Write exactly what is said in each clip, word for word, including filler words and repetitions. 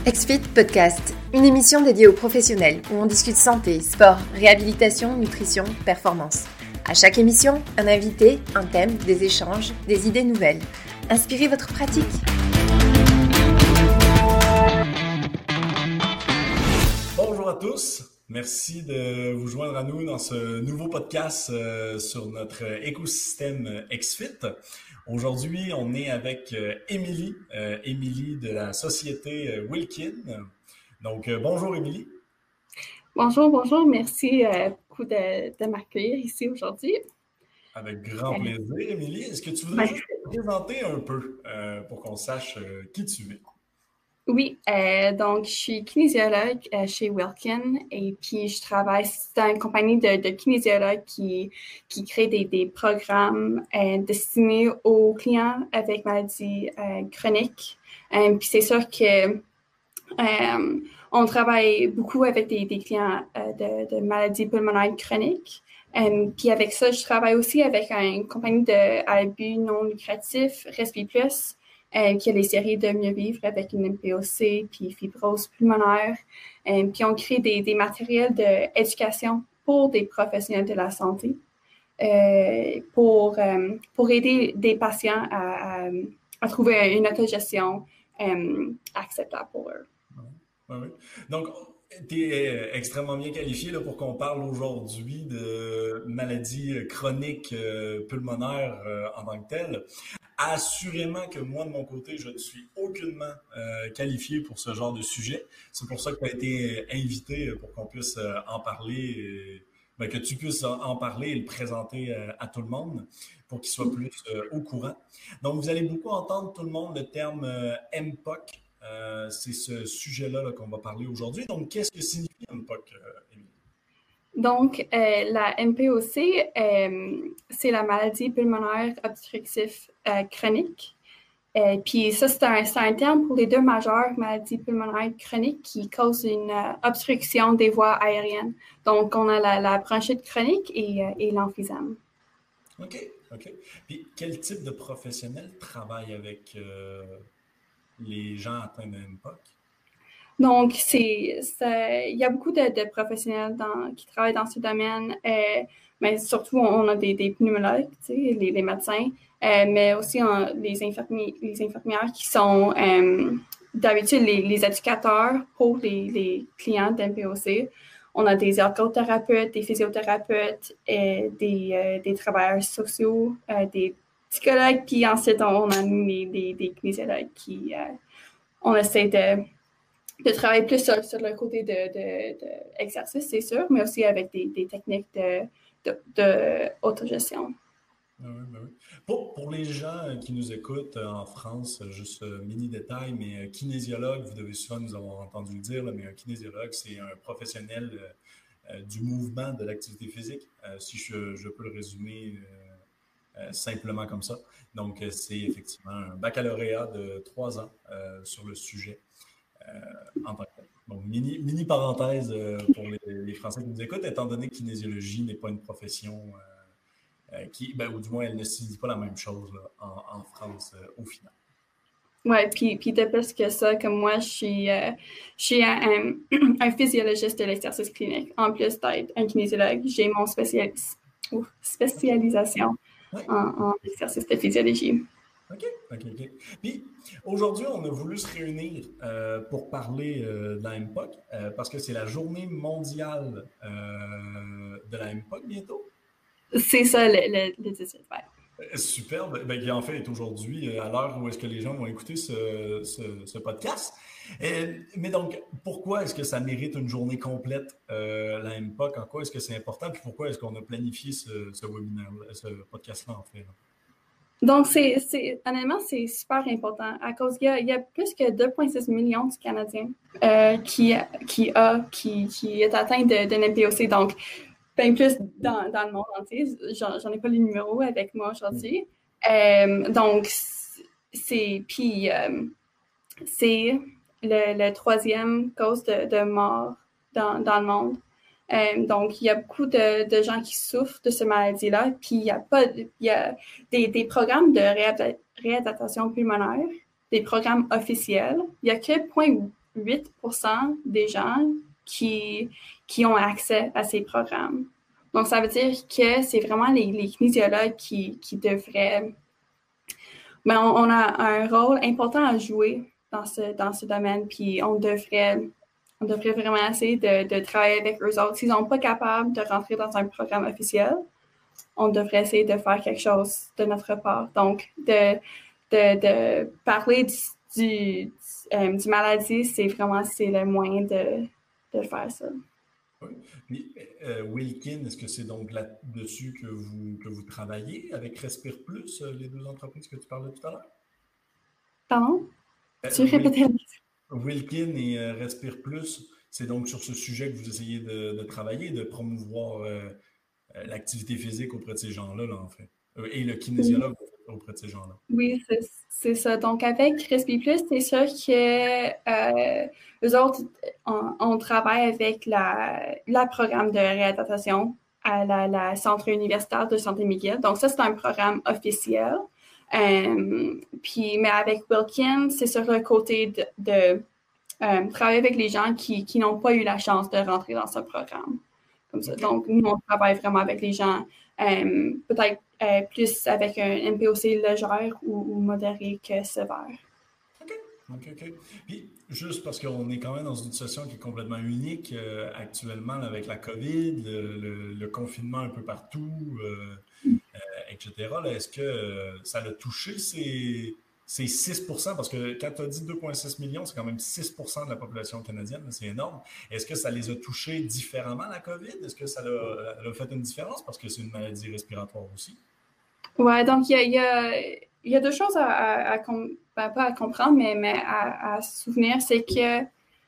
X-Fit Podcast, une émission dédiée aux professionnels où on discute santé, sport, réhabilitation, nutrition, performance. À chaque émission, un invité, un thème, des échanges, des idées nouvelles. Inspirez votre pratique. Bonjour à tous. Merci de vous joindre à nous dans ce nouveau podcast euh, sur notre écosystème X-Fit. Aujourd'hui, on est avec euh, Émilie, euh, Émilie de la société euh, Wilkin. Donc, euh, bonjour Émilie. Bonjour, bonjour. Merci euh, beaucoup de, de m'accueillir ici aujourd'hui. Avec grand euh, plaisir, Émilie. Est-ce que tu voudrais ben, juste te présenter un peu euh, pour qu'on sache euh, qui tu es? Oui, euh, donc je suis kinésiologue euh, chez Wilkin et puis je travaille dans une compagnie de, de kinésiologues qui, qui crée des, des programmes euh, destinés aux clients avec maladies euh, chroniques. Euh, puis c'est sûr que euh, on travaille beaucoup avec des, des clients euh, de, de maladies pulmonaires chroniques. Euh, puis avec ça, je travaille aussi avec une compagnie de à but non lucratif, RespiPlus, Euh, qui a les séries de mieux vivre avec une M P O C puis fibrose pulmonaire. Euh, puis on crée des, des matériels d'éducation pour des professionnels de la santé euh, pour, euh, pour aider des patients à, à, à trouver une autogestion euh, acceptable pour eux. Oui, oui. Donc, tu es extrêmement bien qualifié là, pour qu'on parle aujourd'hui de maladies chroniques euh, pulmonaires euh, en tant que telles. Assurément que moi, de mon côté, je ne suis aucunement euh, qualifié pour ce genre de sujet. C'est pour ça que tu as été invité pour qu'on puisse euh, en parler, et, ben, que tu puisses en, en parler et le présenter euh, à tout le monde pour qu'il soit plus euh, au courant. Donc, vous allez beaucoup entendre tout le monde le terme euh, M P O C. Euh, c'est ce sujet-là là, qu'on va parler aujourd'hui. Donc, qu'est-ce que signifie M P O C, euh, Émilie? Donc, euh, la M P O C, euh, c'est la maladie pulmonaire obstructive euh, chronique. Euh, puis ça, c'est un, c'est un terme pour les deux majeures maladies pulmonaires chroniques qui causent une euh, obstruction des voies aériennes. Donc, on a la, la bronchite chronique et, euh, et l'emphysème. OK, OK. Puis, quel type de professionnel travaille avec euh, les gens atteints de M P O C? Donc, c'est, c'est, il y a beaucoup de, de professionnels dans, qui travaillent dans ce domaine, euh, mais surtout, on a des, des pneumologues, tu sais, les, les médecins, euh, mais aussi on, les, infirmiers, les infirmières qui sont euh, d'habitude les, les éducateurs pour les, les clients d'M P O C. On a des ergothérapeutes, des physiothérapeutes, et des, euh, des travailleurs sociaux, euh, des psychologues, puis ensuite, on a des, des, des kinésiologues qui, euh, on essaie de de travailler plus sur, sur le côté de, de, de exercice, c'est sûr, mais aussi avec des, des techniques de, de, de autogestion. Oui, oui, oui. Pour, pour les gens qui nous écoutent en France, juste un mini détail, mais kinésiologue, vous devez souvent nous avoir entendu le dire, là, mais un kinésiologue, c'est un professionnel euh, du mouvement de l'activité physique, euh, si je, je peux le résumer euh, euh, simplement comme ça. Donc, c'est effectivement un baccalauréat de trois ans euh, sur le sujet. Euh, en tant que tel. Donc, mini, mini parenthèse euh, pour les, les Français qui nous écoutent, étant donné que kinésiologie n'est pas une profession euh, euh, qui, ben, ou du moins, elle ne signifie pas la même chose là, en, en France euh, au final. Oui, puis, puis de plus que ça, comme moi, je suis, euh, je suis un, un physiologiste de l'exercice clinique. En plus d'être un kinésiologue, j'ai mon spécialis- oh, spécialisation oui. en, en exercice de physiologie. OK, OK, OK. Puis, aujourd'hui, on a voulu se réunir euh, pour parler euh, de la M P O C euh, parce que c'est la journée mondiale euh, de la M P O C bientôt. C'est ça, le, le, le dix-huit, ouais. Superbe, ben, qui en fait est aujourd'hui, à l'heure où est-ce que les gens vont écouter ce, ce, ce podcast. Et, mais donc, pourquoi est-ce que ça mérite une journée complète, euh, la M P O C? En quoi est-ce que c'est important? Puis pourquoi est-ce qu'on a planifié ce, ce webinaire, ce podcast-là, en fait? Là? Donc, c'est, c'est, honnêtement, c'est super important à cause qu'il y a, il y a plus que deux virgule six millions de Canadiens euh, qui, qui, a, qui, qui est atteint de, de M P O C. Donc, bien plus dans, dans le monde entier. J'en, j'en ai pas les numéros avec moi aujourd'hui. Mm. Euh, donc, c'est, puis, euh, c'est le, le troisième cause de, de mort dans, dans le monde. Euh, donc, il y a beaucoup de, de gens qui souffrent de cette maladie-là, puis il y a pas, il y a des, des programmes de réadaptation pulmonaire, des programmes officiels. Il y a que zéro virgule huit pour cent des gens qui, qui ont accès à ces programmes. Donc, ça veut dire que c'est vraiment les, les kinésiologues qui, qui devraient... Mais on, on a un rôle important à jouer dans ce, dans ce domaine, puis on devrait, on devrait vraiment essayer de, de travailler avec eux autres. S'ils ne sont pas capables de rentrer dans un programme officiel, on devrait essayer de faire quelque chose de notre part. Donc, de, de, de parler du, du, euh, du maladie, c'est vraiment c'est le moyen de, de faire ça. Oui. Mais, euh, Wilkin, est-ce que c'est donc là-dessus que vous, que vous travaillez avec Respire Plus, les deux entreprises que tu parlais tout à l'heure? Pardon? Euh, tu répétais Wilkin et euh, Respire Plus, c'est donc sur ce sujet que vous essayez de, de travailler, de promouvoir euh, l'activité physique auprès de ces gens-là, là, en fait. Euh, et le kinésiologue oui. auprès de ces gens-là. Oui, c'est, c'est ça. Donc, avec Respire Plus, c'est sûr que euh, eux autres, on, on travaille avec la, la programme de réadaptation à la, la Centre universitaire de santé McGill. Donc, ça, c'est un programme officiel. Euh, puis, mais avec Wilkin, c'est sur le côté de, de euh, travailler avec les gens qui, qui n'ont pas eu la chance de rentrer dans ce programme. Comme ça. Okay. Donc, nous, on travaille vraiment avec les gens, euh, peut-être euh, plus avec un M P O C légère ou, ou modéré que sévère. OK. OK, OK. Puis, juste parce qu'on est quand même dans une situation qui est complètement unique euh, actuellement là, avec la COVID, le, le, le confinement un peu partout, euh, mm. euh, et cetera. Là, est-ce que euh, ça a touché ces, ces six pour cent? Parce que quand tu as dit deux virgule six millions, c'est quand même six pour cent de la population canadienne, c'est énorme. Est-ce que ça les a touchés différemment, la COVID? Est-ce que ça a, a fait une différence? Parce que c'est une maladie respiratoire aussi. Oui, donc il y a, y, a, y a deux choses à, à, à ben, pas à comprendre, mais, mais à, à se souvenir, c'est que,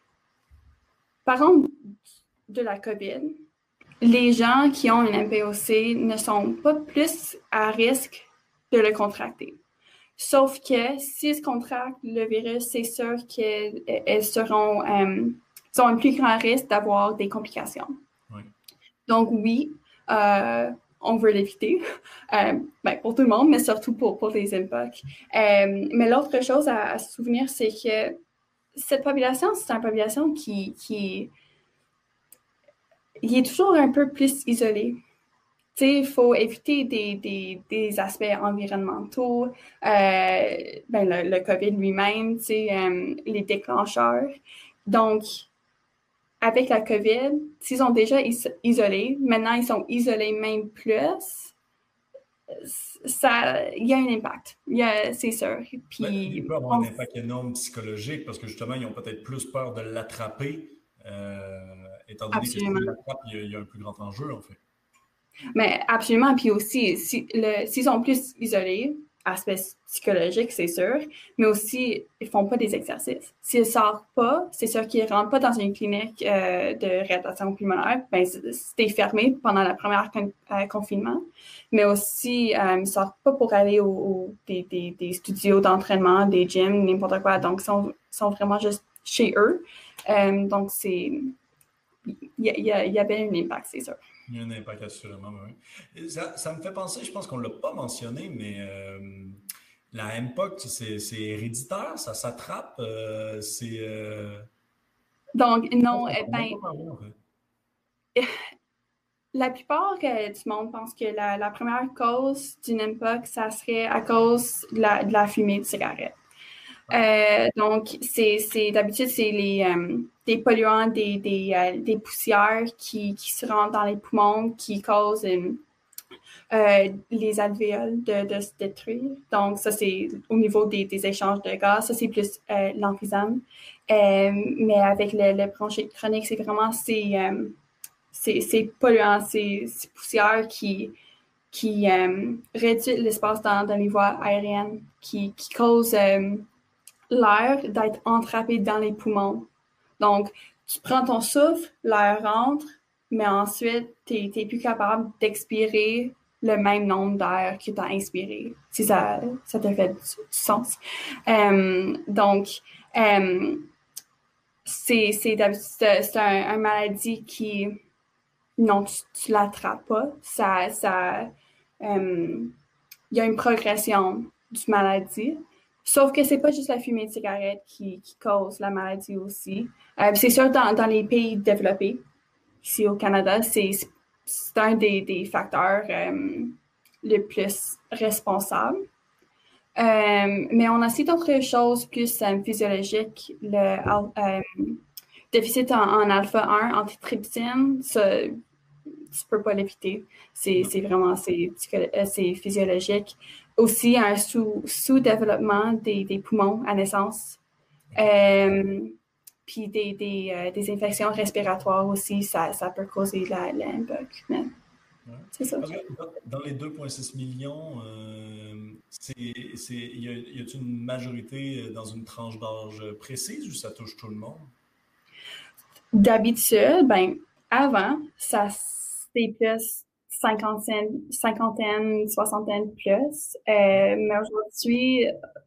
par contre, de la COVID, les gens qui ont une M P O C ne sont pas plus à risque de le contracter. Sauf que s'ils contractent le virus, c'est sûr qu'elles seront, euh, ils ont un plus grand risque d'avoir des complications. Oui. Donc oui, euh, on veut l'éviter, euh, ben, pour tout le monde, mais surtout pour, pour les M P O C. Euh, mais l'autre chose à, à se souvenir, c'est que cette population, c'est une population qui, qui il est toujours un peu plus isolée. Tu sais, il faut éviter des, des, des aspects environnementaux, euh, ben le, le COVID lui-même, tu sais, euh, les déclencheurs. Donc, avec la COVID, s'ils sont déjà is- isolés, maintenant ils sont isolés même plus, ça, il y a un impact, il y a, c'est sûr. Puis, ben, il peut avoir on... un impact énorme psychologique parce que justement, ils ont peut-être plus peur de l'attraper, euh, étant donné Absolument. que si ils l'attrapent, il y, a, il y a un plus grand enjeu, en fait. Mais absolument, puis aussi, si, le, s'ils sont plus isolés, aspect psychologique, c'est sûr, mais aussi, ils font pas des exercices. S'ils sortent pas, c'est sûr qu'ils rentrent pas dans une clinique euh, de réadaptation pulmonaire, ben c'était fermé pendant la première con- euh, confinement, mais aussi, euh, ils sortent pas pour aller au, au des, des, des studios d'entraînement, des gyms, n'importe quoi, donc ils sont, sont vraiment juste chez eux. Euh, donc, c'est, il y, y, y avait un impact, c'est sûr. Il y a un impact assurément, oui. Ça, ça me fait penser, je pense qu'on ne l'a pas mentionné, mais euh, la M P O C, c'est, c'est héréditaire, ça s'attrape, euh, c'est... Euh... Donc, non, eh ben, parler, en fait. La plupart euh, du monde pense que la, la première cause d'une M P O C, ça serait à cause de la, de la fumée de cigarette. Euh, donc, c'est, c'est d'habitude, c'est les euh, des polluants, des, des, euh, des poussières qui, qui se rentrent dans les poumons, qui causent euh, euh, les alvéoles de, de se détruire. Donc, ça, c'est au niveau des, des échanges de gaz. Ça, c'est plus euh, l'emphysème. Euh, mais avec le, le bronchite chronique, c'est vraiment ces, euh, ces, ces polluants, ces, ces poussières qui, qui euh, réduisent l'espace dans, dans les voies aériennes, qui, qui causent... Euh, l'air d'être entrappé dans les poumons. Donc, tu prends ton souffle, l'air rentre, mais ensuite, tu n'es plus capable d'expirer le même nombre d'air que tu as inspiré, si ça, ça te fait du, du sens. Euh, donc, euh, c'est, c'est, c'est, c'est un, un maladie qui, non, tu ne l'attrapes pas. Ça, ça, euh, il y a une progression du maladie. Sauf que c'est pas juste la fumée de cigarette qui, qui cause la maladie aussi. Euh, c'est sûr, dans, dans les pays développés, ici au Canada, c'est, c'est un des, des facteurs euh, les plus responsables. Euh, mais on a aussi d'autres choses plus euh, physiologiques. Le euh, déficit en, en alpha un, antitrypsine, ça, tu peux pas l'éviter. C'est, c'est vraiment, c'est, c'est physiologique. Aussi, un sous, sous-développement des, des poumons à naissance. Euh, puis des, des, euh, des infections respiratoires aussi, ça, ça peut causer la, la M P O C. Mais Ouais. c'est ça. Parce que dans les deux virgule six millions, euh, c'est, c'est, y a, y a-t-il une majorité dans une tranche d'âge précise ou ça touche tout le monde? D'habitude, ben, avant, ça, c'était plus cinquantaine, cinquantaine, soixantaine plus. Euh, mais aujourd'hui,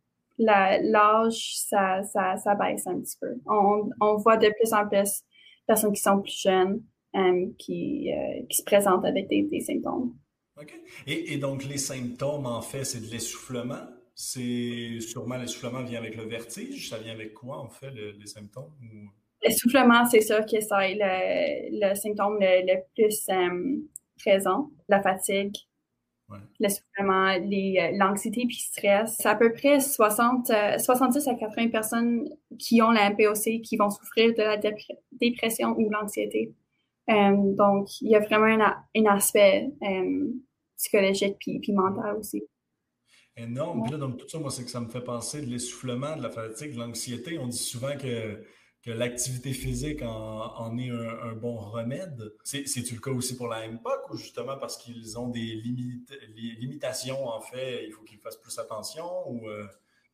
la, l'âge, ça, ça, ça baisse un petit peu. On, on voit de plus en plus de personnes qui sont plus jeunes, euh, qui, euh, qui se présentent avec des, des symptômes. OK. Et, et donc, les symptômes, en fait, c'est de l'essoufflement. C'est sûrement l'essoufflement vient avec le vertige. Ça vient avec quoi, en fait, le, les symptômes? Ou... L'essoufflement, c'est ça que c'est le, le symptôme le, le plus euh, présent. La fatigue, ouais. L'essoufflement, les, l'anxiété puis le stress. C'est à peu près soixante, euh, soixante-dix à quatre-vingts personnes qui ont la M P O C qui vont souffrir de la dép- dépression ou l'anxiété. Euh, donc, il y a vraiment un, un aspect euh, psychologique puis, puis mental aussi. Énorme. Ouais. Puis là, donc tout ça, moi, c'est que ça me fait penser de l'essoufflement, de la fatigue, de l'anxiété. On dit souvent que, que l'activité physique en, en est un, un bon remède. C'est, c'est-tu le cas aussi pour la M P O C ou justement parce qu'ils ont des limite, limitations, en fait, il faut qu'ils fassent plus attention ou... Euh...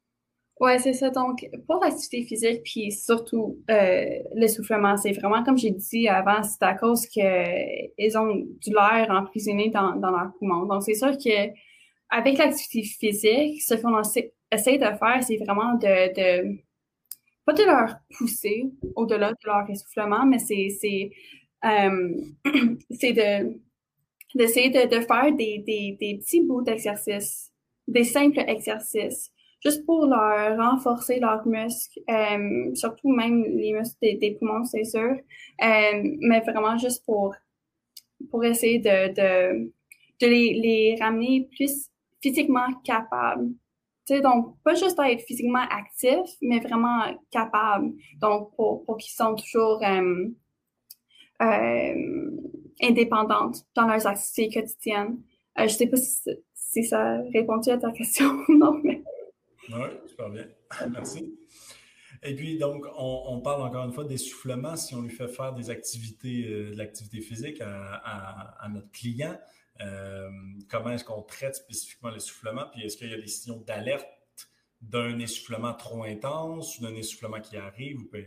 Ouais, c'est ça. Donc, pour l'activité physique, puis surtout euh, l'essoufflement, c'est vraiment, comme j'ai dit avant, c'est à cause que ils ont du l'air emprisonné dans, dans leurs poumons. Donc, c'est sûr que avec l'activité physique, ce qu'on essaie, essaie de faire, c'est vraiment de, de pas de leur pousser au-delà de leur essoufflement, mais c'est c'est euh, c'est de d'essayer de, de faire des, des, des petits bouts d'exercice, des simples exercices, juste pour leur renforcer leurs muscles, euh, surtout même les muscles des, des poumons, c'est sûr, euh, mais vraiment juste pour pour essayer de de, de les, les ramener plus physiquement capables. Tu sais, donc, pas juste être physiquement actif, mais vraiment capable. Donc, pour, pour qu'ils sont toujours euh, euh, indépendantes dans leurs activités quotidiennes. Euh, je sais pas si, si ça répond à ta question ou non, mais... Oui, super bien. Merci. Et puis, donc, on, on parle encore une fois d'essoufflement si on lui fait faire des activités, euh, de l'activité physique à, à, à notre client. Euh, comment est-ce qu'on traite spécifiquement l'essoufflement? Puis est-ce qu'il y a des signaux d'alerte d'un essoufflement trop intense ou d'un essoufflement qui arrive? Ou peut...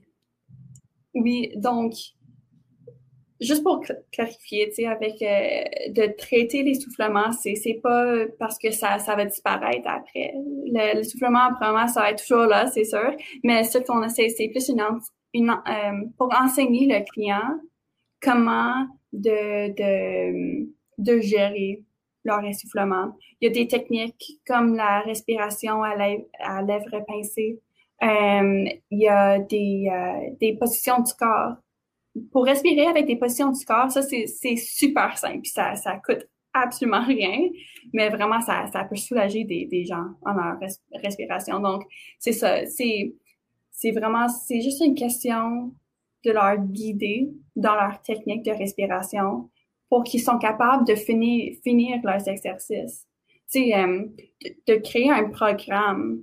Oui, donc, juste pour clarifier, tu sais, avec euh, de traiter l'essoufflement, c'est c'est pas parce que ça ça va disparaître après. Le, l'essoufflement, probablement, ça va être toujours là, c'est sûr. Mais ce qu'on essaie, c'est plus une, une euh, pour enseigner le client comment de de de gérer leur essoufflement. Il y a des techniques comme la respiration à lèvres, à lèvres pincées. Euh, il y a des euh, des positions du corps. Pour respirer avec des positions du corps, ça, c'est, c'est super simple. Puis ça, ça coûte absolument rien, mais vraiment, ça, ça peut soulager des, des gens en leur res- respiration. Donc, c'est ça. C'est, c'est vraiment, c'est juste une question de leur guider dans leur technique de respiration pour qu'ils soient capables de finir, finir leurs exercices. Tu sais, euh, de, de créer un programme,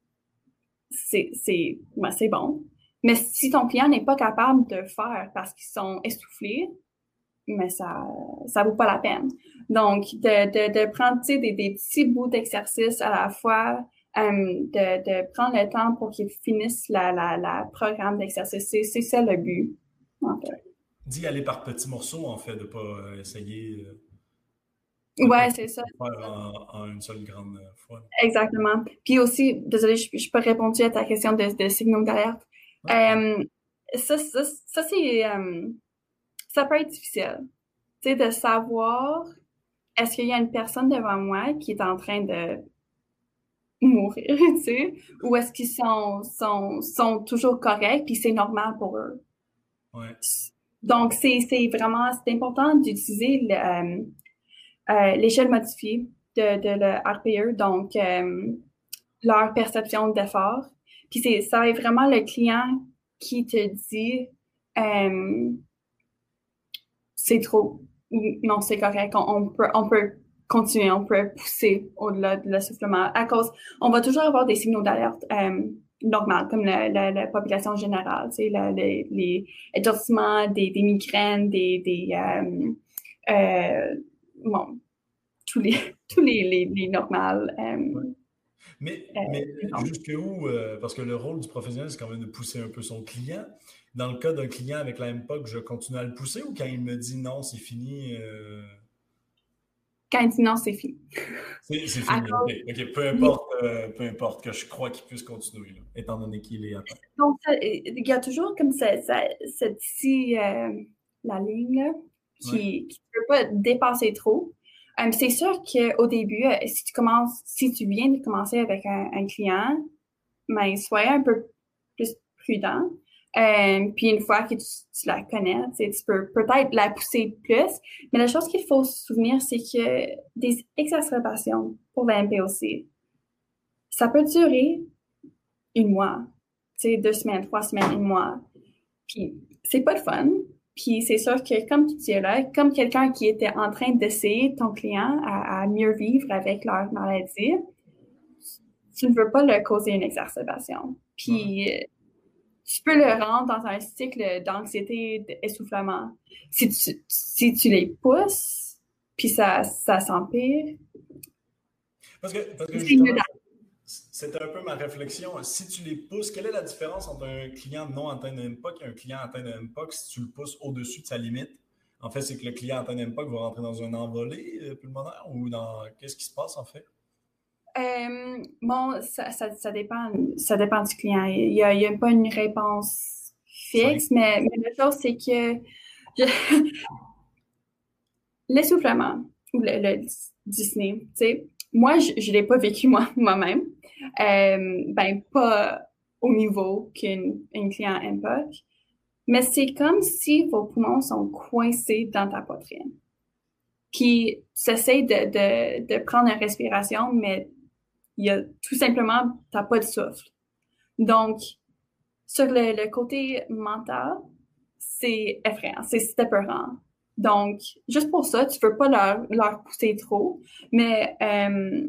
c'est, c'est, ben, c'est bon. Mais si ton client n'est pas capable de faire parce qu'ils sont essoufflés, mais ça ça vaut pas la peine. Donc, de, de, de prendre des, des petits bouts d'exercice à la fois, euh, de, de prendre le temps pour qu'ils finissent la, la, la programme d'exercice. C'est, c'est ça le but, en fait. D'y aller par petits morceaux, en fait, de pas euh, essayer... Euh... Ouais, c'est ça. Faire en, en une seule grande fois. Exactement. Puis aussi, désolé, je n'ai pas répondu à ta question de, de signaux d'alerte. Ouais. Euh, ça, ça, ça c'est, euh, ça peut être difficile. Tu sais, de savoir, est-ce qu'il y a une personne devant moi qui est en train de mourir, tu sais, ou est-ce qu'ils sont, sont, sont toujours corrects puis c'est normal pour eux. Ouais. Donc, c'est, c'est vraiment, c'est important d'utiliser le, euh, euh, l'échelle modifiée de, de le R P E, donc euh, leur perception d'effort. Puis c'est, ça va être vraiment le client qui te dit euh, c'est trop, non, c'est correct, on, on peut, on peut continuer, on peut pousser au-delà de l'assoufflement. À cause, on va toujours avoir des signaux d'alerte euh, normaux, comme la, la, la population générale, tu sais, la, les, les étourdissements, des, des migraines, des, des euh, euh, bon, tous les tous les, les, les normales. Ouais. Euh, Mais, mais euh, jusqu'où, euh, parce que le rôle du professionnel, c'est quand même de pousser un peu son client. Dans le cas d'un client avec la M P O C, je continue à le pousser ou quand il me dit non, c'est fini, euh, Quand il dit non, c'est fini. c'est c'est À fini. OK, cause, OK. Peu importe, euh, peu importe que je crois qu'il puisse continuer, là, étant donné qu'il est atteint. donc, ça, il y a toujours comme ça, ça, cette ici, euh, la ligne là, Ouais. qui ne peut pas dépasser trop. Um, c'est sûr qu'au début, euh, si tu commences, si tu viens de commencer avec un, un client, mais sois un peu plus prudent. Euh, puis une fois que tu, tu la connais, tu sais, tu peux peut-être la pousser plus. Mais la chose qu'il faut se souvenir, c'est que des exacerbations pour la M P O C, ça peut durer une mois, tu sais, deux semaines, trois semaines, un mois. Puis c'est pas le fun. Puis c'est sûr que comme tu dis là, comme quelqu'un qui était en train d'essayer ton client à, à mieux vivre avec leur maladie, tu ne veux pas leur causer une exacerbation. Puis Ouais. tu peux le rendre dans un cycle d'anxiété, d'essoufflement. Si tu, si tu les pousses, puis ça, ça s'empire, Parce que, parce que c'est mieux justement, d'arrêter. c'était un peu ma réflexion. Si tu les pousses, quelle est la différence entre un client non atteint de M P O C et un client atteint de M P O C si tu le pousses au-dessus de sa limite? En fait, c'est que le client atteint de M P O C va rentrer dans un envolé euh, pulmonaire ou dans. Qu'est-ce qui se passe en fait? Euh, bon, ça, ça, ça dépend, ça dépend du client. Il n'y a, il y a pas une réponse Simple. fixe, mais, mais la chose, c'est que je- l'essoufflement ou le, le Disney, tu sais, moi, je ne l'ai pas vécu moi, moi-même. Euh, ben, pas au niveau qu'un un client M P O C. Mais c'est comme si vos poumons sont coincés dans ta poitrine. Puis, tu essaies de, de, de prendre une respiration, mais il y a tout simplement, t'as pas de souffle. Donc, sur le, le côté mental, c'est effrayant, c'est c'est épeurant. Donc, juste pour ça, tu peux pas leur, leur pousser trop. Mais, euh,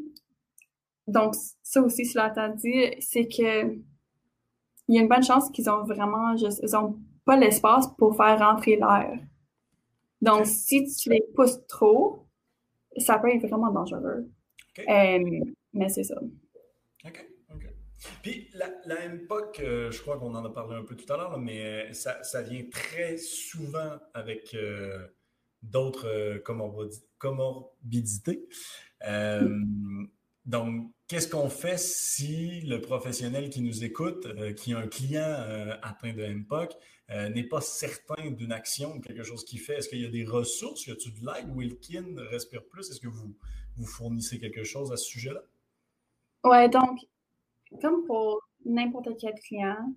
donc, ça aussi, cela t'a dit, c'est que il y a une bonne chance qu'ils ont vraiment juste, ils ont pas l'espace pour faire rentrer l'air. Donc, OK. si tu les pousses trop, ça peut être vraiment dangereux. OK. Euh, mais c'est ça. OK. OK. Puis la, la M P O C, euh, je crois qu'on en a parlé un peu tout à l'heure, là, mais euh, ça, ça vient très souvent avec euh, d'autres euh, comorbidi- comorbidités. Euh, donc, qu'est-ce qu'on fait si le professionnel qui nous écoute, euh, qui a un client euh, atteint de M P O C, euh, n'est pas certain d'une action ou quelque chose qu'il fait? Est-ce qu'il y a des ressources? Y a-t-il de l'aide? Wilkin respire plus? Est-ce que vous, vous fournissez quelque chose à ce sujet-là? Ouais, donc, comme pour n'importe quel client,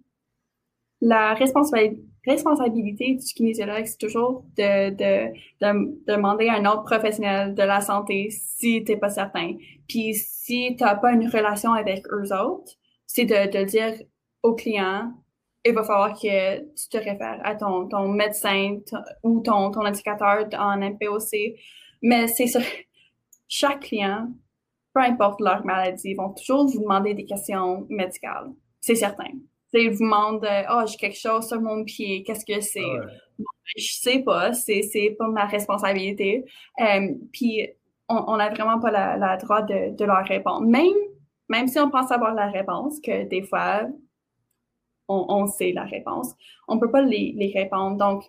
la responsa- responsabilité du kinésiologue, c'est toujours de, de, de demander à un autre professionnel de la santé si t'es pas certain. Puis si t'as pas une relation avec eux autres, c'est de, de dire au client, il va falloir que tu te réfères à ton, ton médecin t- ou ton, ton indicateur en M P O C. Mais c'est sur chaque client, peu importe leur maladie, ils vont toujours vous demander des questions médicales. C'est certain. Ils vous demandent, ah, oh, j'ai quelque chose sur mon pied, qu'est-ce que Ah c'est? ouais. Bon, je sais pas, c'est, c'est pas ma responsabilité. Euh, puis, on, on a vraiment pas la, la droit de, de leur répondre. Même, même si on pense avoir la réponse, que des fois, on, on sait la réponse, on peut pas les, les répondre. Donc,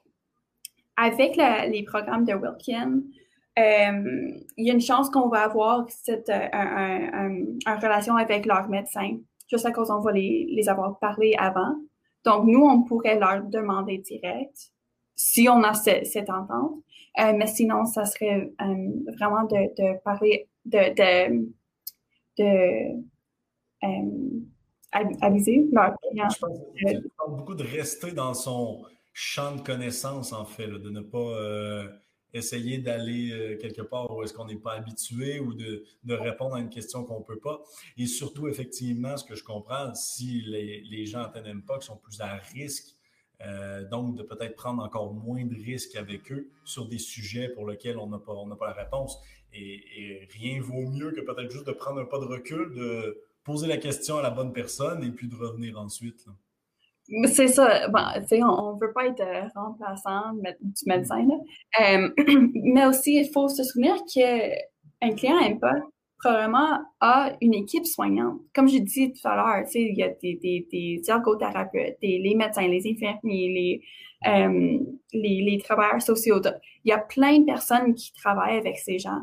avec la, les programmes de Wilkin, euh, il y a une chance qu'on va avoir cette euh, un, un, un, un relation avec leur médecin, juste à cause on va les, les avoir parlé avant. Donc, nous, on pourrait leur demander direct si on a ce, cette entente. Euh, mais sinon, ça serait euh, vraiment de, de parler de, de, de euh, aviser leurs clients. Je pense que tu parles beaucoup de rester dans son champ de connaissances, en fait, là, de ne pas euh, essayer d'aller euh, quelque part où est-ce qu'on n'est pas habitué ou de, de répondre à une question qu'on ne peut pas. Et surtout, effectivement, ce que je comprends, si les, les gens atteignent M P O C sont plus à risque, euh, donc de peut-être prendre encore moins de risques avec eux sur des sujets pour lesquels on n'a pas, on n'a pas la réponse. Et, et rien vaut mieux que peut-être juste de prendre un pas de recul, de poser la question à la bonne personne et puis de revenir ensuite, là. C'est ça. Bon, tu sais, on ne veut pas être remplaçant du médecin, là. Euh, mais aussi, il faut se souvenir qu'un client M P O C probablement a une équipe soignante. Comme je dis tout à l'heure, tu sais, il y a des, des, des ergothérapeutes, des, les médecins, les infirmiers, les, euh, les, les travailleurs sociaux. Il y a plein de personnes qui travaillent avec ces gens.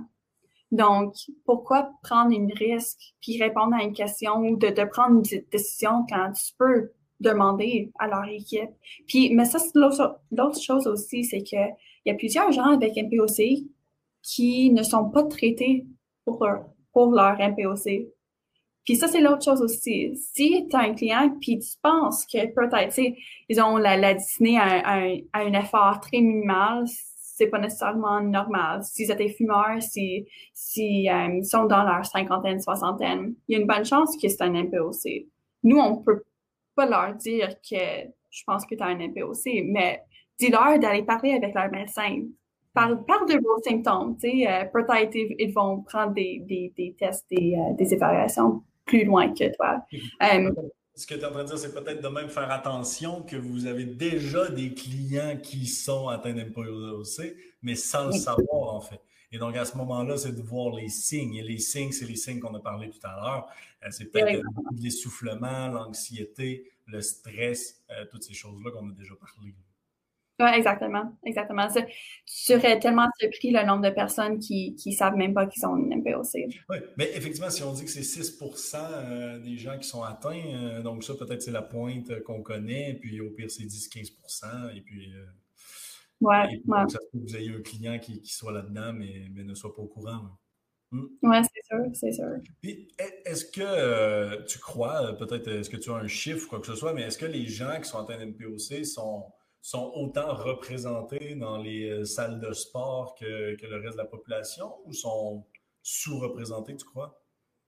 Donc, pourquoi prendre une risque puis répondre à une question ou de, de prendre une décision quand tu peux demander à leur équipe? Puis, mais ça, c'est l'autre, l'autre chose aussi, c'est que il y a plusieurs gens avec M P O C qui ne sont pas traités pour leur, pour leur M P O C. Puis ça, c'est l'autre chose aussi. Si tu as un client puis tu penses que peut-être, tu sais, ils ont la, la dyspnée à, à, à un effort très minimal, c'est pas nécessairement normal. S'ils étaient fumeurs, si, si euh, ils sont dans leur cinquantaine, soixantaine, il y a une bonne chance que c'est un M P O C. Nous, on peut pas leur dire que je pense que tu as un M P O C, mais dis-leur d'aller parler avec leur médecin. Parle, parle de vos symptômes, tu sais, euh, peut-être ils, ils vont prendre des, des, des tests, des, euh, des évaluations plus loin que toi. Euh, Ce que tu es en train de dire, c'est peut-être de même faire attention que vous avez déjà des clients qui sont atteints d'M P O C, mais sans le savoir, en fait. Et donc, à ce moment-là, c'est de voir les signes. Et les signes, c'est les signes qu'on a parlé tout à l'heure. Euh, c'est peut-être oui. l'essoufflement, l'anxiété, le stress, euh, toutes ces choses-là qu'on a déjà parlé. Oui, exactement. Exactement. Tu serais tellement surpris le nombre de personnes qui qui savent même pas qu'ils ont une M P O C. Oui, mais effectivement, si on dit que c'est six pour cent des gens qui sont atteints, euh, donc ça, peut-être c'est la pointe qu'on connaît, puis au pire, c'est dix à quinze pour cent, et puis, euh, ouais, et puis ouais. donc, ça se peut que vous ayez un client qui, qui soit là-dedans, mais, mais ne soit pas au courant. Hmm. Oui, c'est sûr, c'est sûr. Puis, est-ce que euh, tu crois, peut-être, est-ce que tu as un chiffre ou quoi que ce soit, mais est-ce que les gens qui sont atteints d'M P O C sont sont autant représentés dans les salles de sport que, que le reste de la population ou sont sous-représentés, tu crois?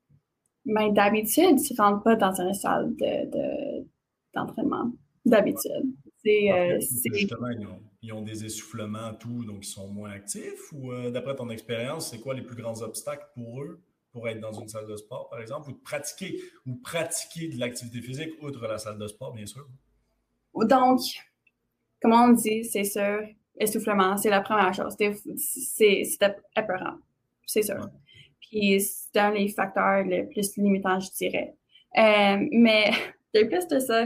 Ben, d'habitude, tu ne rentres pas dans une salle de, de, d'entraînement. D'habitude. C'est, euh, c'est... Justement, ils ont, ils ont des essoufflements, tout, donc ils sont moins actifs. Ou euh, d'après ton expérience, c'est quoi les plus grands obstacles pour eux pour être dans une salle de sport, par exemple, ou de pratiquer, ou pratiquer de l'activité physique outre la salle de sport, bien sûr? Donc, comme on dit, c'est sûr, essoufflement, c'est la première chose. C'est, c'est, c'est épeurant, c'est sûr. Ouais. Puis c'est un des facteurs les plus limitants, je dirais. Euh, mais de plus de ça,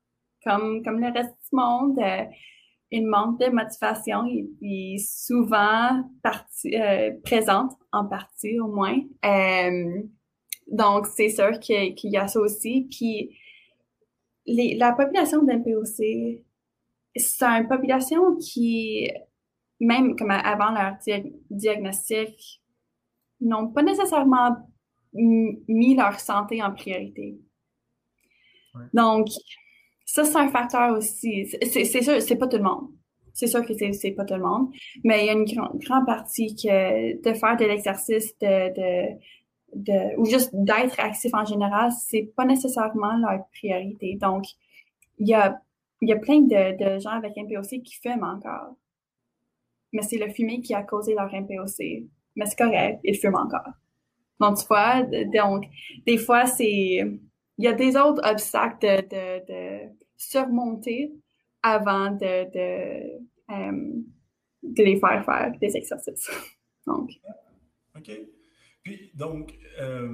comme, comme le reste du monde, euh, une manque de motivation est, est souvent partie, euh, présente, en partie au moins. Euh, donc, c'est sûr qu'il, qu'il y a ça aussi. Puis les, la population d'M P O C, c'est une population qui, même comme avant leur di- diagnostic, n'ont pas nécessairement m- mis leur santé en priorité. Ouais. Donc, ça, c'est un facteur aussi. C'est, c'est sûr, c'est pas tout le monde. C'est sûr que c'est, c'est pas tout le monde, mais il y a une grande, grande partie que de faire de l'exercice, de, de, de, ou juste d'être actif en général, c'est pas nécessairement leur priorité. Donc, il y a Il y a plein de, de gens avec M P O C qui fument encore. Mais c'est le fumer qui a causé leur M P O C. Mais c'est correct, ils fument encore. Donc, tu vois, donc, des fois, c'est... Il y a des autres obstacles de, de, de surmonter avant de, de, um, de les faire faire des exercices. Donc. OK. Puis, donc, euh,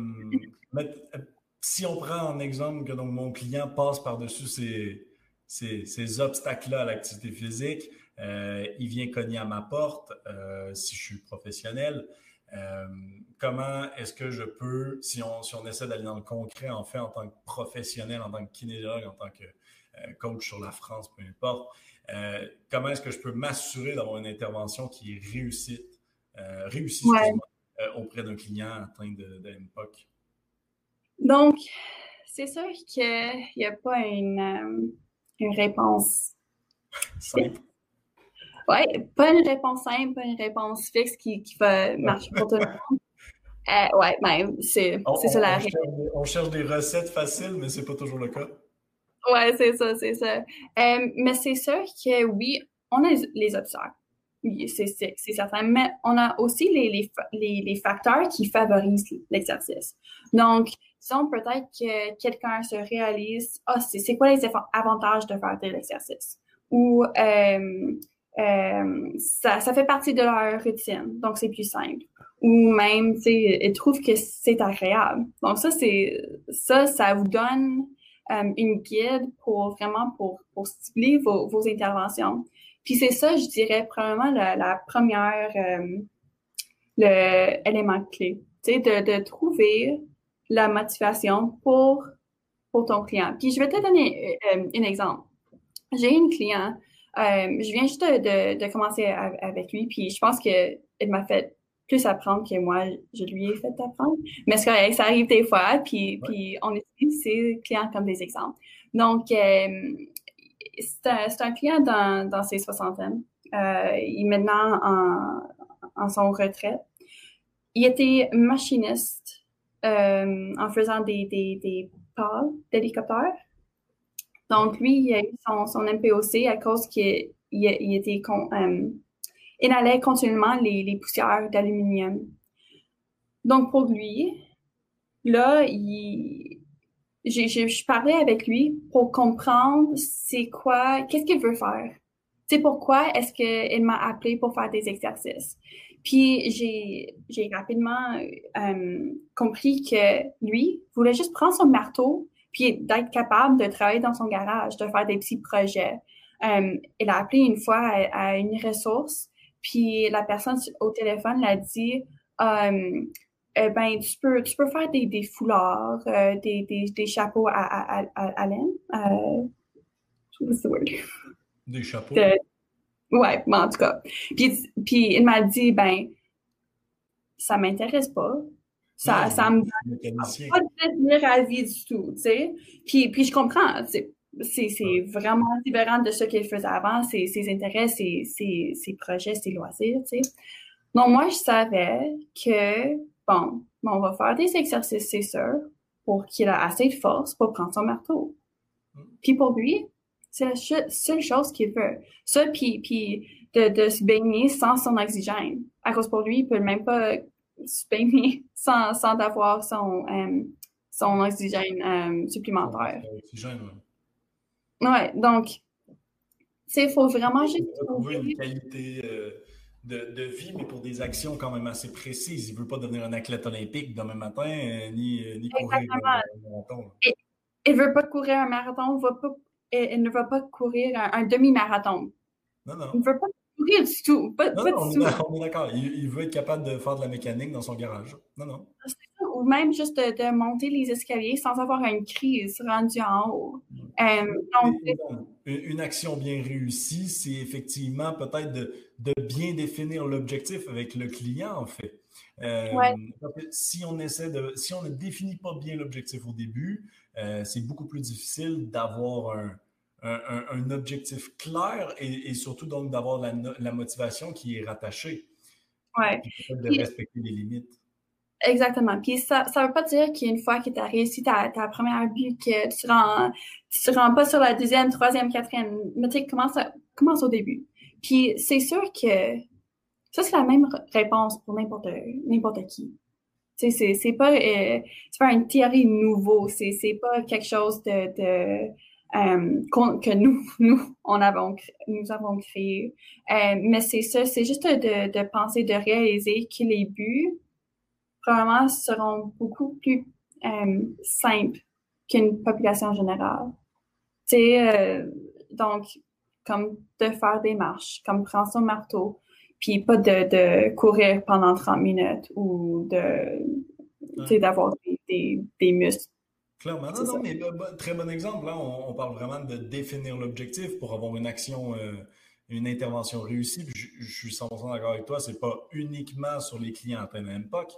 si on prend en exemple que donc, mon client passe par-dessus ces... Ces, ces obstacles-là à l'activité physique, euh, il vient cogner à ma porte euh, si je suis professionnel. Euh, comment est-ce que je peux, si on, si on essaie d'aller dans le concret, en fait, en tant que professionnel, en tant que kinésiologue, en tant que euh, coach sur la France, peu importe, euh, comment est-ce que je peux m'assurer d'avoir une intervention qui est réussite, euh, réussie ouais. euh, auprès d'un client atteint de, de M P O C? Donc, c'est sûr qu'il n'y a pas une, euh, une réponse Simple. Oui, pas une réponse simple, pas une réponse fixe qui, qui va marcher pour tout le monde. Euh, ouais, ben, c'est, On, c'est ça on- la on réponse. cherche, des- on cherche des recettes faciles, mais c'est pas toujours le cas. Ouais, c'est ça, c'est ça. Euh, mais c'est sûr que oui, on a les, les obstacles. Oui, c'est, c'est, c'est certain. Mais on a aussi les, les, fa- les, les facteurs qui favorisent l'exercice. Donc, disons peut-être que quelqu'un se réalise, ah, c'est, c'est quoi les effa- avantages de faire de l'exercice? Ou euh, euh, ça, ça fait partie de leur routine, donc c'est plus simple. Ou même, tu sais, ils trouvent que c'est agréable. Donc ça, c'est ça, ça vous donne euh, une guide pour vraiment pour, pour stimuler vos, vos interventions. Puis c'est ça, je dirais, probablement la, la première, euh, le élément clé, tu sais, de, de trouver la motivation pour, pour ton client. Puis je vais te donner euh, un exemple. J'ai une client, euh, je viens juste de, de, de commencer à, avec lui, puis je pense qu'elle m'a fait plus apprendre que moi, je lui ai fait apprendre. Mais c'est correct, ça arrive des fois, puis, Ouais. puis on utilise ses clients comme des exemples. Donc, euh, c'est un, c'est un client dans, dans ses soixantaines. Euh, il est maintenant en, en son retraite. Il était machiniste euh, en faisant des, des, des pales d'hélicoptères. Donc, lui, il a eu son, son M P O C à cause qu'il il, il était con, euh, inhalait continuellement les, les poussières d'aluminium. Donc, pour lui, là, il, j'ai, j'ai, je parlais avec lui pour comprendre c'est quoi, qu'est-ce qu'il veut faire. C'est pourquoi est-ce qu'il m'a appelé pour faire des exercices. Puis j'ai, j'ai rapidement euh, compris que lui voulait juste prendre son marteau puis d'être capable de travailler dans son garage, de faire des petits projets. Euh, il a appelé une fois à, à une ressource, puis la personne au téléphone l'a dit euh, eh ben, tu peux, tu peux faire des, des foulards, euh, des, des, des chapeaux à, à, à, à laine. Euh, what's the word? Des chapeaux. De, ouais, mais en tout cas. Puis, puis il m'a dit, ben, ça m'intéresse pas. Ça, Non, ça me mécanicien. pas de devenir à vie du tout, tu sais. Puis, puis je comprends, c'est, c'est, c'est vraiment différent de ce qu'il faisait avant, ses, ses intérêts, ses, ses, ses projets, ses loisirs, tu sais. Donc, moi, je savais que, bon, on va faire des exercices, c'est sûr, pour qu'il ait assez de force pour prendre son marteau. Puis pour lui, c'est la ch- seule chose qu'il veut. Ça, puis, puis de, de se baigner sans son oxygène. À cause pour lui, il peut même pas se baigner sans, sans avoir son, euh, son oxygène euh, supplémentaire. Oxygène, ouais. Ouais, donc, tu sais, il faut vraiment juste trouver trouver... une qualité euh, de, de vie, mais pour des actions quand même assez précises. Il ne veut pas devenir un athlète olympique demain matin, euh, ni, euh, ni courir Exactement. un marathon. Il, il veut pas courir un marathon, il, va pas, il, il ne va pas courir un, un demi-marathon. Non, non. Il ne veut pas courir du tout, pas, Non, pas non, on du est, tout. on est d'accord. Il, il veut être capable de faire de la mécanique dans son garage. Non, non. Ou même juste de, de monter les escaliers sans avoir une crise rendue en haut. Euh, donc, Et- et donc, une une action bien réussie, c'est effectivement peut-être de, de bien définir l'objectif avec le client, en fait. Euh, ouais, parce que si on essaie de, si on ne définit pas bien l'objectif au début, euh, c'est beaucoup plus difficile d'avoir un, un, un- un objectif clair et, et surtout donc d'avoir la, no- la motivation qui est rattachée, ouais. puis peut-être de Puis, respecter les limites. exactement. Puis ça ça veut pas dire qu'une fois que tu as réussi ta, ta première but, que tu rends, tu rends pas sur la deuxième, troisième, quatrième. Mais tu sais, commence, à- commence au début. Puis c'est sûr que ça, c'est la même r- réponse pour n'importe n'importe qui. Tu sais, c'est c'est pas euh, c'est pas une théorie nouveau, c'est c'est pas quelque chose de de euh, qu'on- que nous nous on avons cré- nous avons créé. Euh, mais c'est ça, c'est juste de de penser, de réaliser que les buts probablement seront beaucoup plus euh, simples qu'une population générale. Tu sais, euh, donc comme de faire des marches, comme prendre son marteau, puis pas de, de courir pendant trente minutes ou de tu sais, Ouais. d'avoir des, des, des muscles. Clairement, non, C'est ça. non, mais bon, bon, très bon exemple. Là, on, on parle vraiment de définir l'objectif pour avoir une action, euh, une intervention réussie. Puis je, je suis cent pour cent d'accord avec toi. C'est pas uniquement sur les clients à plein M P O C.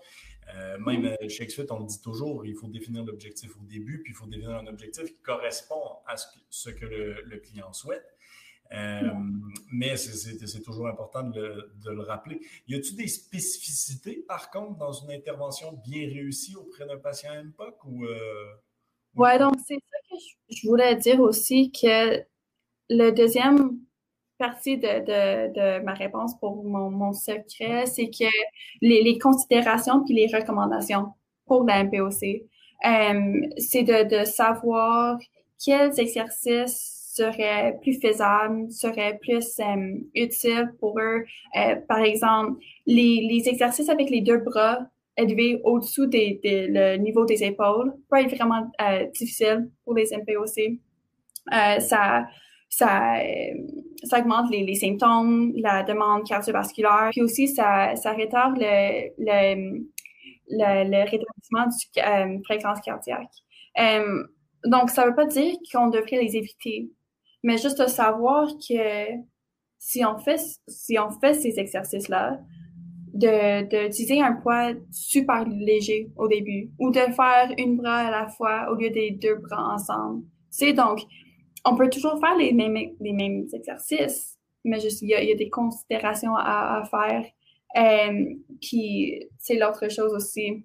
Euh, même euh, chez XFIT, on le dit toujours, il faut définir l'objectif au début, puis il faut définir un objectif qui correspond à ce que, ce que le, le client souhaite. Euh, mais c'est toujours important de le, de le rappeler. Y a-t-il des spécificités, par contre, dans une intervention bien réussie auprès d'un patient M P O C? Ou, euh, ouais, donc c'est ça que je, je voulais dire aussi, que le deuxième partie de, de, de ma réponse pour mon, mon secret, c'est que les, les considérations puis les recommandations pour la M P O C, euh, c'est de, de savoir quels exercices seraient plus faisables, seraient plus euh, utiles pour eux. Euh, par exemple, les, les exercices avec les deux bras élevés au-dessous des, des, le niveau des épaules peut être vraiment euh, difficile pour les M P O C. Euh, ça, ça, euh, ça augmente les, les symptômes, la demande cardiovasculaire, puis aussi ça, ça retarde le, le, le, le rétablissement du euh, fréquence cardiaque. Euh, donc, ça veut pas dire qu'on devrait les éviter, mais juste de savoir que si on fait, si on fait ces exercices-là, de, d'utiliser un poids super léger au début, ou de faire une bras à la fois au lieu des deux bras ensemble. C'est donc, on peut toujours faire les mêmes, les mêmes exercices, mais juste, il y a, il y a des considérations à, à faire. Euh, puis, c'est l'autre chose aussi.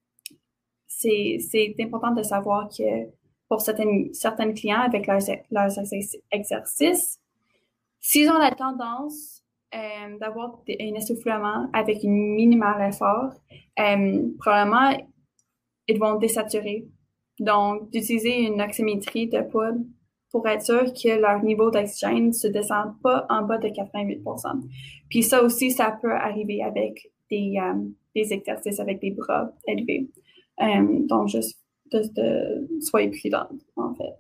C'est, c'est important de savoir que pour certains, certains clients avec leurs, leurs exercices, s'ils ont la tendance euh, d'avoir un essoufflement avec une minimal effort, euh, probablement, ils vont désaturer. Donc, d'utiliser une oxymétrie de poudre pour être sûr que leur niveau d'oxygène ne se descende pas en bas de quatre-vingt-huit pour cent. Puis ça aussi, ça peut arriver avec des, euh, des exercices avec des bras élevés. Euh, donc, juste de, de soyez prudents, en fait.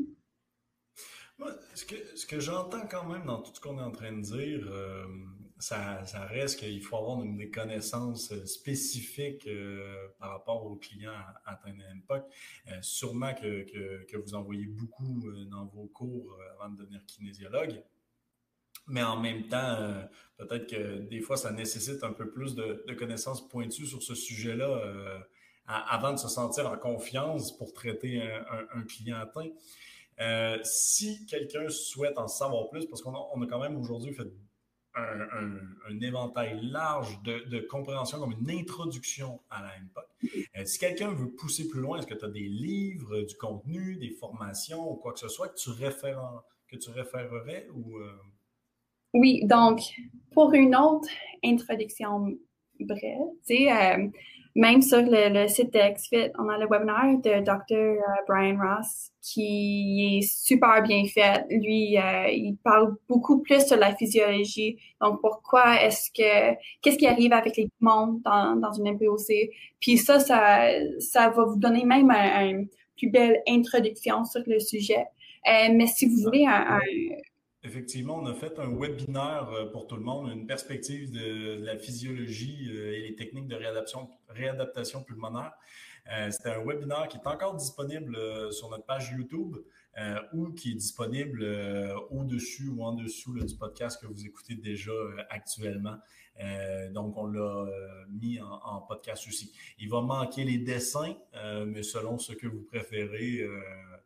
Moi, ce que, ce que j'entends quand même dans tout ce qu'on est en train de dire, euh, ça, ça reste qu'il faut avoir une, des connaissances spécifiques euh, par rapport aux clients atteints de M P O C. Euh, sûrement que, que, que vous en voyez beaucoup euh, dans vos cours euh, avant de devenir kinésiologue. Mais en même temps, euh, peut-être que des fois, ça nécessite un peu plus de, de connaissances pointues sur ce sujet-là euh, à, avant de se sentir en confiance pour traiter un, un, un client atteint. Euh, si quelqu'un souhaite en savoir plus, parce qu'on a, on a quand même aujourd'hui fait un, un, un éventail large de, de compréhension comme une introduction à la M P O C. Euh, si quelqu'un veut pousser plus loin, est-ce que tu as des livres, du contenu, des formations ou quoi que ce soit que tu, référen, que tu référerais ou euh... Oui, donc, pour une autre introduction brève, tu sais, euh, même sur le, le site de XFIT, on a le webinaire de docteur Brian Ross qui est super bien fait. Lui, euh, il parle beaucoup plus sur la physiologie. Donc, pourquoi est-ce que, qu'est-ce qui arrive avec les poumons dans, dans une M P O C? Puis ça, ça, ça va vous donner même une un plus belle introduction sur le sujet. Euh, mais si vous voulez un, un Effectivement, on a fait un webinaire pour tout le monde, une perspective de, de la physiologie et les techniques de réadaptation, réadaptation pulmonaire. Euh, C'était un webinaire qui est encore disponible sur notre page YouTube euh, ou qui est disponible euh, au-dessus ou en dessous là, du podcast que vous écoutez déjà euh, actuellement. Euh, donc, on l'a euh, mis en, en podcast aussi. Il va manquer les dessins, euh, mais selon ce que vous préférez, euh,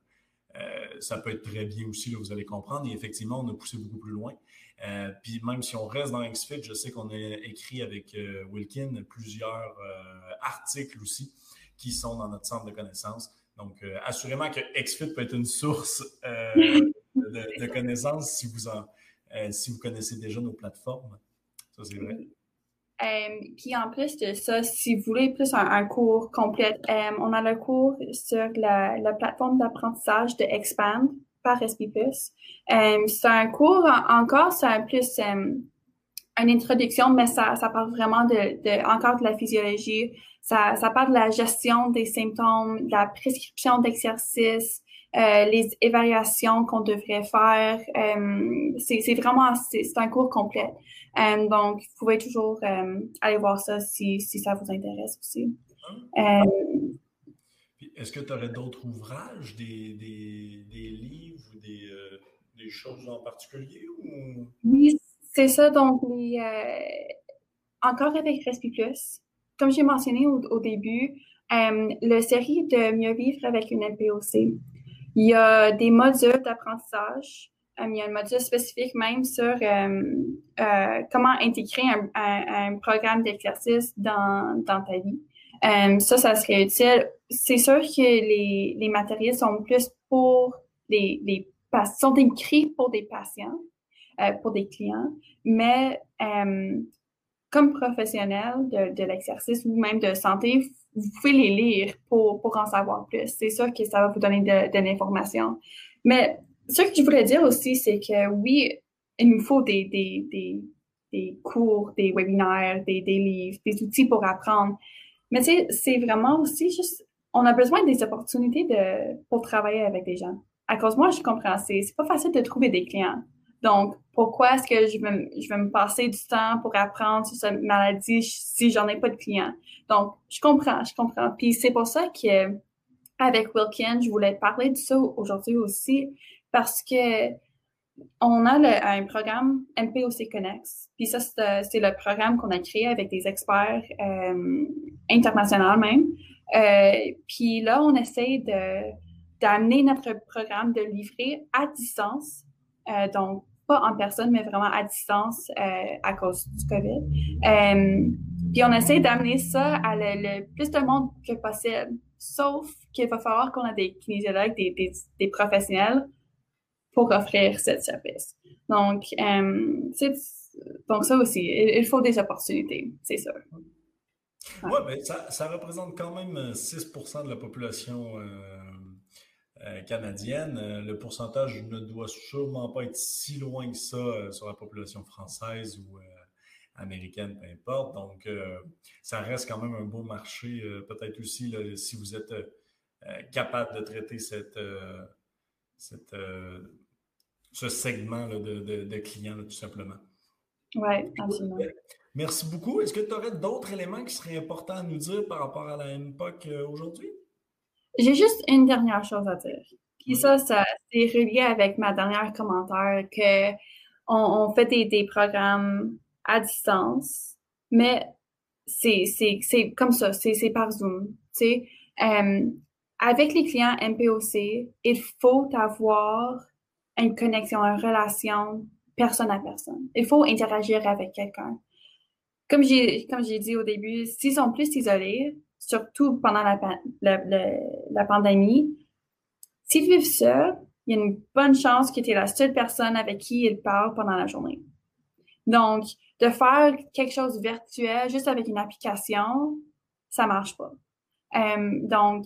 Euh, ça peut être très bien aussi, là, vous allez comprendre. Et effectivement, on a poussé beaucoup plus loin. Euh, puis même si on reste dans XFIT, je sais qu'on a écrit avec euh, Wilkin plusieurs euh, articles aussi qui sont dans notre centre de connaissances. Donc, euh, assurément que XFIT peut être une source euh, de, de connaissances si vous, en, euh, si vous connaissez déjà nos plateformes. Ça, c'est vrai. Euh, puis en plus de ça, si vous voulez plus un, un cours complet, euh, on a le cours sur la, la plateforme d'apprentissage de Expand par S P Plus. Euh, c'est un cours en, encore, c'est un plus euh, une introduction, mais ça, ça parle vraiment de, de encore de la physiologie. Ça, ça parle de la gestion des symptômes, de la prescription d'exercices, euh, les évaluations qu'on devrait faire. Euh, c'est, c'est vraiment, c'est, c'est un cours complet. Euh, donc, vous pouvez toujours euh, aller voir ça si, si ça vous intéresse aussi. Euh, Puis, est-ce que tu aurais d'autres ouvrages, des, des, des livres ou des, euh, des choses en particulier? Ou... Oui, c'est ça. Donc, les, euh, encore avec Respi Plus, comme j'ai mentionné au, au début, euh, la série de Mieux vivre avec une M P O C, il y a des modules d'apprentissage. Um, il y a un module spécifique même sur euh, euh, comment intégrer un, un, un programme d'exercice dans, dans ta vie. Um, ça, ça serait utile. C'est sûr que les, les matériels sont plus pour les, les sont écrits pour des patients, euh, pour des clients, mais euh, comme professionnel de, de l'exercice ou même de santé, vous pouvez les lire pour, pour en savoir plus. C'est sûr que ça va vous donner de, de l'information. Mais ce que je voulais dire aussi, c'est que oui, il nous faut des, des, des, des cours, des webinaires, des, des livres, des outils pour apprendre. Mais c'est, c'est vraiment aussi juste, on a besoin des opportunités de, pour travailler avec des gens. À cause moi, je comprends, c'est, c'est pas facile de trouver des clients. Donc, pourquoi est-ce que je vais, je vais me passer du temps pour apprendre sur cette maladie si j'en ai pas de clients? Donc, je comprends, je comprends. Puis c'est pour ça que avec Wilkin, je voulais parler de ça aujourd'hui aussi parce que on a le, un programme M P O C Connect. Puis ça, c'est, c'est le programme qu'on a créé avec des experts euh, internationaux même. Euh, puis là, on essaie de d'amener notre programme de livrer à distance. Euh, donc, pas en personne, mais vraiment à distance euh, à cause du COVID. Euh, puis on essaie d'amener ça à le, le plus de monde que possible. Sauf qu'il va falloir qu'on ait des kinésiologues, des, des, des professionnels pour offrir ce service. Donc, euh, c'est, donc ça aussi, il, il faut des opportunités, c'est sûr. Oui, ouais, ben, ça, ça représente quand même six pour cent de la population euh, euh, canadienne. Le pourcentage ne doit sûrement pas être si loin que ça euh, sur la population française ou euh, américaine, peu importe. Donc, euh, ça reste quand même un beau marché. Euh, peut-être aussi, là, si vous êtes euh, capable de traiter cette, euh, cette, euh, ce segment là, de, de, de clients, là, tout simplement. Oui, absolument. Merci beaucoup. Est-ce que tu aurais d'autres éléments qui seraient importants à nous dire par rapport à la M P O C euh, aujourd'hui? J'ai juste une dernière chose à dire. Puis oui. ça, ça c'est relié avec ma dernière commentaire que on, on fait des, des programmes à distance, mais c'est c'est c'est comme ça, c'est c'est par Zoom. Tu sais, euh, avec les clients M P O C, il faut avoir une connexion, une relation personne à personne. Il faut interagir avec quelqu'un. Comme j'ai comme j'ai dit au début, s'ils sont plus isolés, surtout pendant la, la, la, la pandémie, s'ils vivent seuls, il y a une bonne chance que tu es la seule personne avec qui ils parlent pendant la journée. Donc, de faire quelque chose de virtuel juste avec une application, ça marche pas. Euh, donc,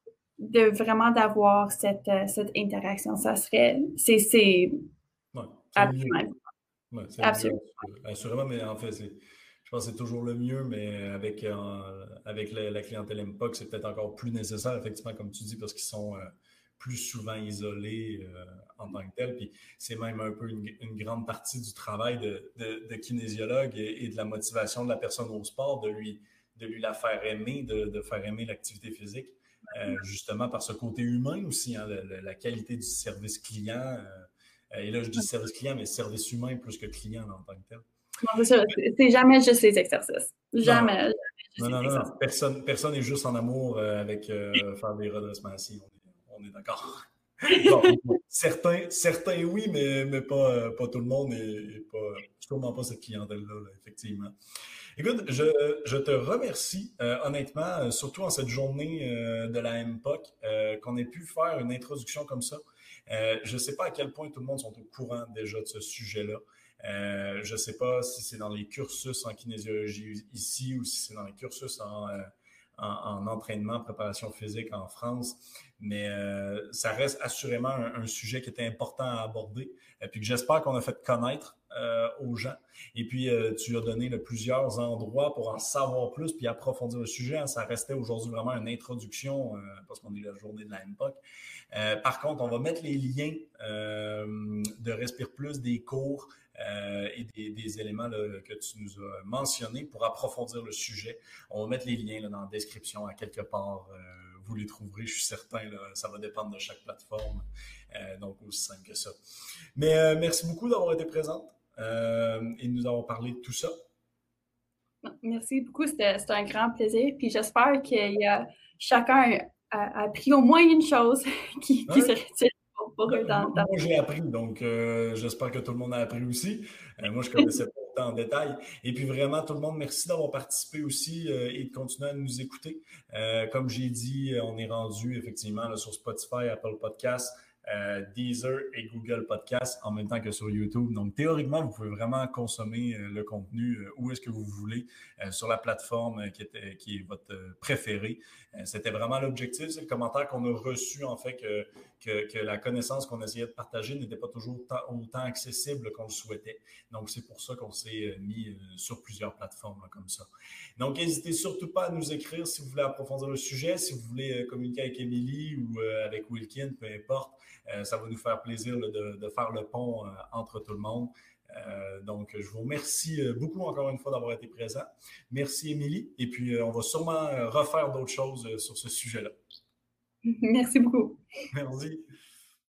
de vraiment d'avoir cette, cette interaction, ça serait, c'est, c'est, ouais, c'est absolument. Ouais, c'est absolument. Mieux, assurément, mais en fait, c'est, je pense que c'est toujours le mieux, mais avec, euh, avec la, la clientèle M P O C, c'est peut-être encore plus nécessaire, effectivement, comme tu dis, parce qu'ils sont euh, plus souvent isolés euh, en tant que tels. Puis c'est même un peu une, une grande partie du travail de, de, de kinésiologue et, et de la motivation de la personne au sport, de lui, de lui la faire aimer, de, de faire aimer l'activité physique, euh, justement par ce côté humain aussi, hein, la, la qualité du service client. Euh, et là, je dis service client, mais service humain plus que client en tant que tel. Non, c'est, c'est jamais juste les exercices. Jamais. Non, jamais non, non, non, non. Personne, personne n'est juste en amour euh, avec euh, faire des redressements assis. On est, on est d'accord. Bon, certains, certains oui, mais, mais pas, pas tout le monde et, et pas, sûrement pas cette clientèle-là, là, effectivement. Écoute, je, je te remercie euh, honnêtement, surtout en cette journée euh, de la M P O C, euh, qu'on ait pu faire une introduction comme ça. Euh, je ne sais pas à quel point tout le monde sont au courant déjà de ce sujet-là. Euh, je ne sais pas si c'est dans les cursus en kinésiologie ici ou si c'est dans les cursus en, euh, en, en entraînement, préparation physique en France, mais euh, ça reste assurément un, un sujet qui était important à aborder et puis que j'espère qu'on a fait connaître euh, aux gens. Et puis, euh, tu as donné là, plusieurs endroits pour en savoir plus puis approfondir le sujet. Hein. Ça restait aujourd'hui vraiment une introduction euh, parce qu'on est la journée de la M P O C. Euh, par contre, on va mettre les liens euh, de Respire Plus, des cours euh, et des, des éléments là, que tu nous as mentionnés pour approfondir le sujet. On va mettre les liens là, dans la description à quelque part. Euh, vous les trouverez, je suis certain. Là, ça va dépendre de chaque plateforme. Euh, donc, aussi simple que ça. Mais euh, merci beaucoup d'avoir été présente euh, et de nous avoir parlé de tout ça. Merci beaucoup, c'était un grand plaisir. Puis j'espère que y a, chacun a, a appris au moins une chose qui, qui Ouais. se retire pour, pour eux dans, Moi, dans... moi, j'ai appris, donc euh, j'espère que tout le monde a appris aussi. Euh, moi, je connaissais pas autant en détail. Et puis vraiment, tout le monde, merci d'avoir participé aussi euh, et de continuer à nous écouter. Euh, comme j'ai dit, on est rendu effectivement là, sur Spotify, Apple Podcasts, euh, Deezer et Google Podcasts en même temps que sur YouTube. Donc, théoriquement, vous pouvez vraiment consommer euh, le contenu euh, où est-ce que vous voulez euh, sur la plateforme euh, qui, était, qui est votre euh, préférée. Euh, c'était vraiment l'objectif. C'est le commentaire qu'on a reçu, en fait, que, que, que la connaissance qu'on essayait de partager n'était pas toujours autant, autant accessible qu'on le souhaitait. Donc, c'est pour ça qu'on s'est mis euh, sur plusieurs plateformes là, comme ça. Donc, n'hésitez surtout pas à nous écrire si vous voulez approfondir le sujet, si vous voulez euh, communiquer avec Émilie ou euh, avec Wilkin, peu importe. Euh, ça va nous faire plaisir là, de, de faire le pont euh, entre tout le monde. Euh, donc, je vous remercie beaucoup encore une fois d'avoir été présent. Merci, Émilie. Et puis, euh, on va sûrement refaire d'autres choses euh, sur ce sujet-là. Merci beaucoup. Merci.